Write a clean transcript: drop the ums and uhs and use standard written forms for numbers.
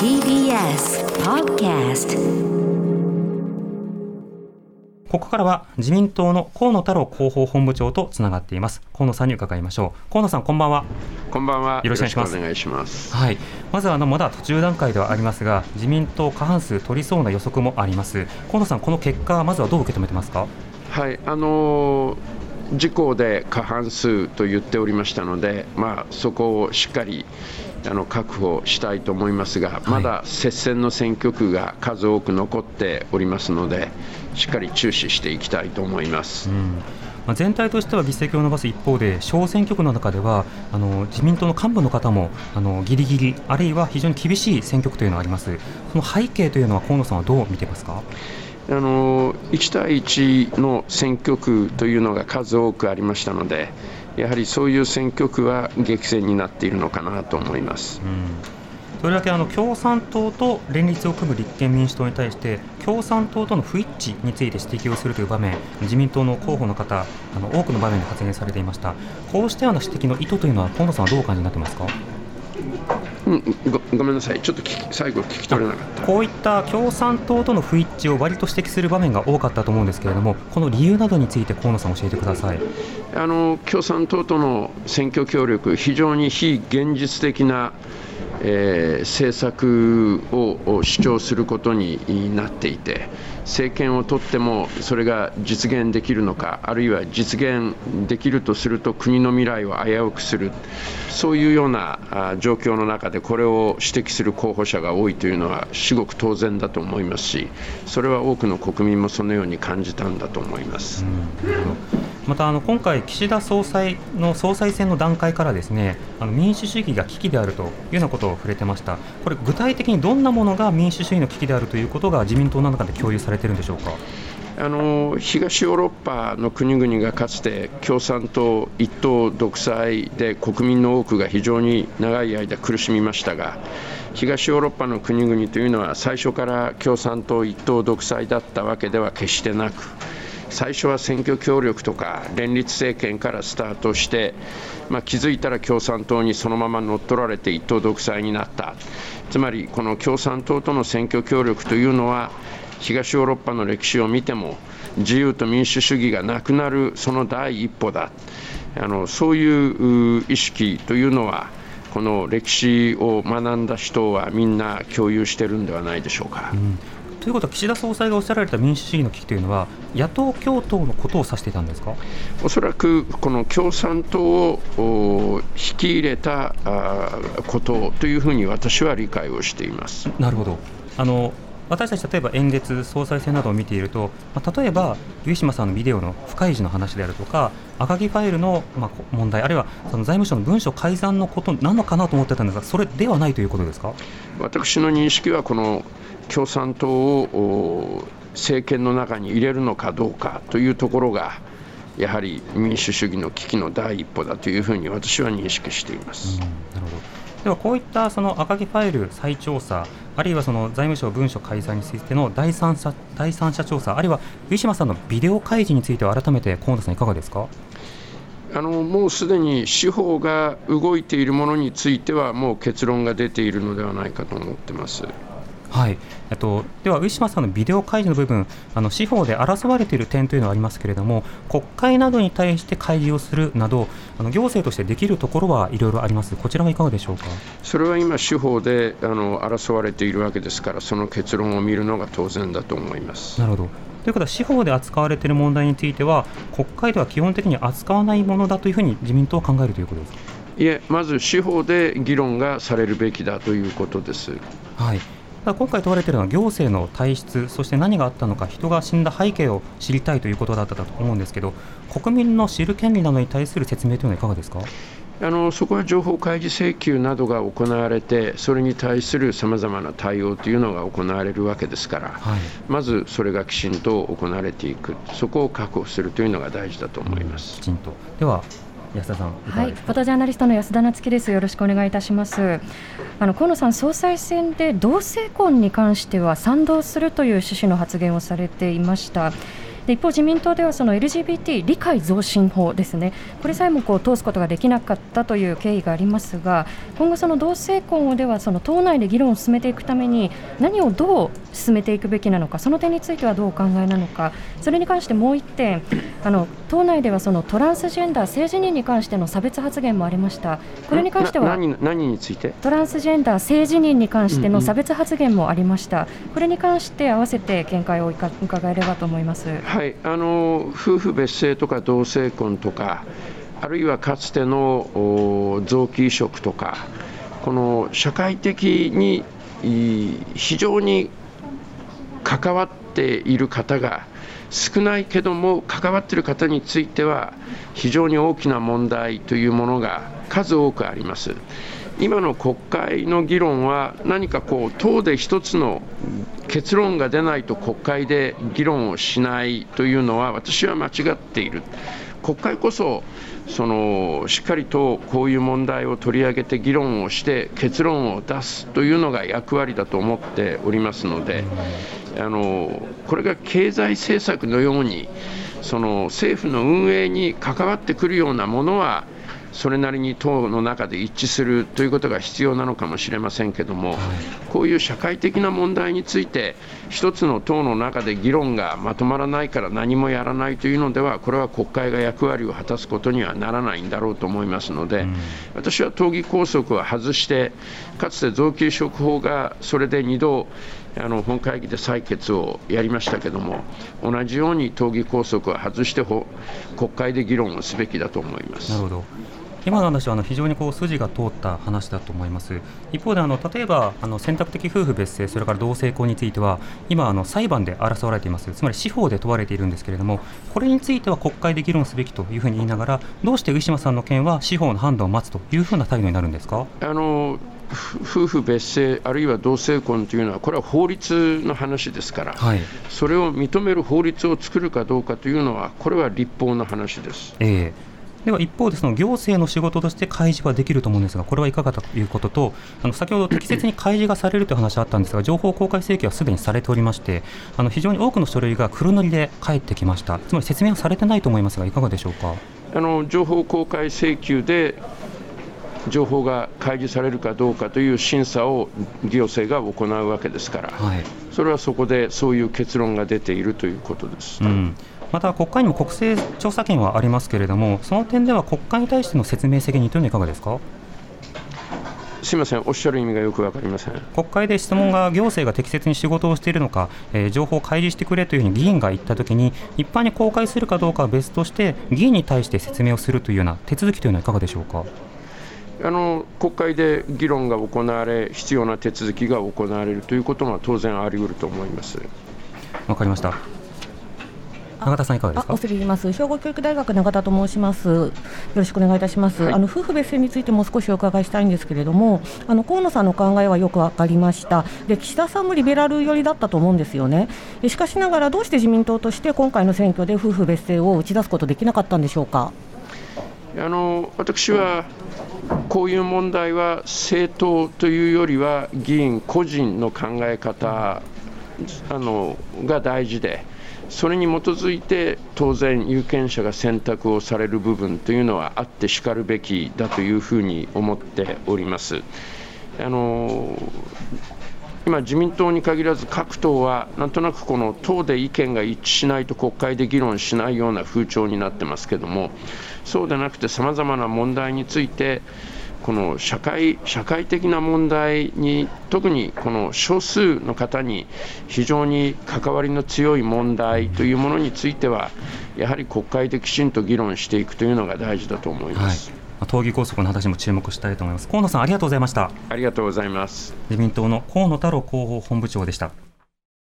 TBS Podcast。 ここからは自民党の河野太郎広報本部長とつながっています。河野さんに伺いましょう。河野さん、こんばんは。 こんばんは。 よろしくお願いします。はい、まずまだ途中段階ではありますが、自民党過半数取りそうな予測もあります。河野さん、この結果まずはどう受け止めてますか？ はい、自公で過半数と言っておりましたので、そこをしっかり確保したいと思いますが、まだ接戦の選挙区が数多く残っておりますので、しっかり注視していきたいと思います。 全体としては議席を伸ばす一方で、小選挙区の中では自民党の幹部の方もギリギリ、あるいは非常に厳しい選挙区というのがあります。その背景というのは河野さんはどう見てますか ？1対1の選挙区というのが数多くありましたので、やはりそういう選挙区は激戦になっているのかなと思います。 それだけ共産党と連立を組む立憲民主党に対して共産党との不一致について指摘をするという場面、自民党の候補の方多くの場面で発言されていました。こうしたような指摘の意図というのは河野さんはどうお感じになってますか？ ごめんなさい、ちょっと最後聞き取れなかった。 こういった共産党との不一致を割と指摘する場面が多かったと思うんですけれども、この理由などについて河野さん教えてください。 共産党との選挙協力、非常に非現実的な政策を主張することになっていて、政権を取ってもそれが実現できるのか、あるいは実現できるとすると国の未来を危うくする、そういうような状況の中でこれを指摘する候補者が多いというのは至極当然だと思いますし、それは多くの国民もそのように感じたんだと思います。 また今回岸田総裁の総裁選の段階からですね、民主主義が危機であるというようなことを触れてました。これ具体的にどんなものが民主主義の危機であるということが自民党の中で共有されているんでしょうか？ 東ヨーロッパの国々がかつて共産党一党独裁で国民の多くが非常に長い間苦しみましたが、東ヨーロッパの国々というのは最初から共産党一党独裁だったわけでは決してなく、最初は選挙協力とか連立政権からスタートして、気づいたら共産党にそのまま乗っ取られて一党独裁になった。つまりこの共産党との選挙協力というのは、東ヨーロッパの歴史を見ても自由と民主主義がなくなるその第一歩だ。そういう意識というのは、この歴史を学んだ人はみんな共有しているんではないでしょうか。 ということは、岸田総裁がおっしゃられた民主主義の危機というのは野党共闘のことを指していたんですか？ おそらくこの共産党を引き入れたことというふうに私は理解をしています。 なるほど。私たち例えば演説、総裁選などを見ていると、例えば上島さんのビデオの不開示の話であるとか、赤木ファイルの問題、あるいはその財務省の文書改ざんのことなのかなと思ってたんですが、それではないということですか？ 私の認識は、この共産党を政権の中に入れるのかどうかというところが、やはり民主主義の危機の第一歩だというふうに私は認識しています。 なるほど。ではこういったその赤木ファイル再調査、あるいはその財務省文書改ざんについての第三者調査、あるいは上島さんのビデオ開示については改めて河野さんいかがですか？ もうすでに司法が動いているものについてはもう結論が出ているのではないかと思っています。 はい。では上島さんのビデオ開示の部分、司法で争われている点というのはありますけれども、国会などに対して開示をするなど行政としてできるところはいろいろあります。こちらはいかがでしょうか？ それは今司法で争われているわけですから、その結論を見るのが当然だと思います。 なるほど。ということは、司法で扱われている問題については国会では基本的に扱わないものだというふうに自民党は考えるということですか？ いえ、まず司法で議論がされるべきだということです。 はい。今回問われているのは行政の体質、そして何があったのか、人が死んだ背景を知りたいということだったと思うんですけど、国民の知る権利などに対する説明というのはいかがですか？ そこは情報開示請求などが行われて、それに対するさまざまな対応というのが行われるわけですから、まずそれがきちんと行われていく、そこを確保するというのが大事だと思います。 きちんと。では安田さん、 はい、フォトジャーナリストの安田なつきです。よろしくお願いいたします。河野さん、総裁選で同性婚に関しては賛同するという趣旨の発言をされていました。 で一方自民党ではその LGBT 理解増進法ですね、これさえも通すことができなかったという経緯がありますが、今後その同性婚ではその党内で議論を進めていくために何をどう進めていくべきなのか、その点についてはどうお考えなのか、それに関してもう一点、党内ではそのトランスジェンダー性自認に関しての差別発言もありました。これに関しては何について？ トランスジェンダー性自認に関しての差別発言もありました。これに関して合わせて見解を伺えればと思います。 はい、夫婦別姓とか同性婚とか、あるいはかつての臓器移植とか、この社会的に非常に関わっている方が少ないけども、関わっている方については非常に大きな問題というものが数多くあります。今の国会の議論は何か党で一つの結論が出ないと国会で議論をしないというのは私は間違っている。国会こそしっかりとこういう問題を取り上げて議論をして結論を出すというのが役割だと思っておりますので、これが経済政策のように政府の運営に関わってくるようなものはそれなりに党の中で一致するということが必要なのかもしれませんけども、こういう社会的な問題について一つの党の中で議論がまとまらないから何もやらないというのでは、これは国会が役割を果たすことにはならないんだろうと思いますので、私は党議拘束を外して、かつて臓器移植法がそれで2度本会議で採決をやりましたけども、同じように党議拘束を外して国会で議論をすべきだと思います。 なるほど。今の話は非常に筋が通った話だと思います。一方で例えば選択的夫婦別姓、それから同性婚については今裁判で争われています。つまり司法で問われているんですけれども、これについては国会で議論すべきというふうに言いながら、どうしてウィシュマさんの件は司法の判断を待つというふうな態度になるんですか？ 夫婦別姓あるいは同性婚というのはこれは法律の話ですから、はい、それを認める法律を作るかどうかというのはこれは立法の話です。 では一方で行政の仕事として開示はできると思うんですが、これはいかがということと、先ほど適切に開示がされるという話があったんですが、情報公開請求はすでにされておりまして、非常に多くの書類が黒塗りで返ってきました。つまり説明はされてないと思いますが、いかがでしょうか？ 情報公開請求で情報が開示されるかどうかという審査を行政が行うわけですから、はい、それはそこでそういう結論が出ているということです。 また国会にも国政調査権はありますけれども、その点では国会に対しての説明責任というのはいかがですか？ すみません、おっしゃる意味がよく分かりません。 国会で質問が行政が適切に仕事をしているのか、情報を開示してくれというふうに議員が言ったときに、一般に公開するかどうかは別として議員に対して説明をするというような手続きというのはいかがでしょうか？ 国会で議論が行われ、必要な手続きが行われるということは当然あり得ると思います。 わかりました。永田さんいかがですか？ 恐れ入ります。兵庫教育大学永田と申します。よろしくお願いいたします。夫婦別姓についても少しお伺いしたいんですけれども、河野さんの考えはよく分かりました。で、岸田さんもリベラル寄りだったと思うんですよね。しかしながらどうして自民党として今回の選挙で夫婦別姓を打ち出すことできなかったんでしょうか？ 私はこういう問題は政党というよりは議員個人の考え方が大事で、それに基づいて当然有権者が選択をされる部分というのはあってしかるべきだというふうに思っております。今自民党に限らず各党はなんとなくこの党で意見が一致しないと国会で議論しないような風潮になってますけども、そうでなくてさまざまな問題についてこの社会的な問題に、特にこの少数の方に非常に関わりの強い問題というものについてはやはり国会できちんと議論していくというのが大事だと思います。 党議拘束の話も注目したいと思います。河野さん、ありがとうございました。 ありがとうございます。 自民党の河野太郎広報本部長でした。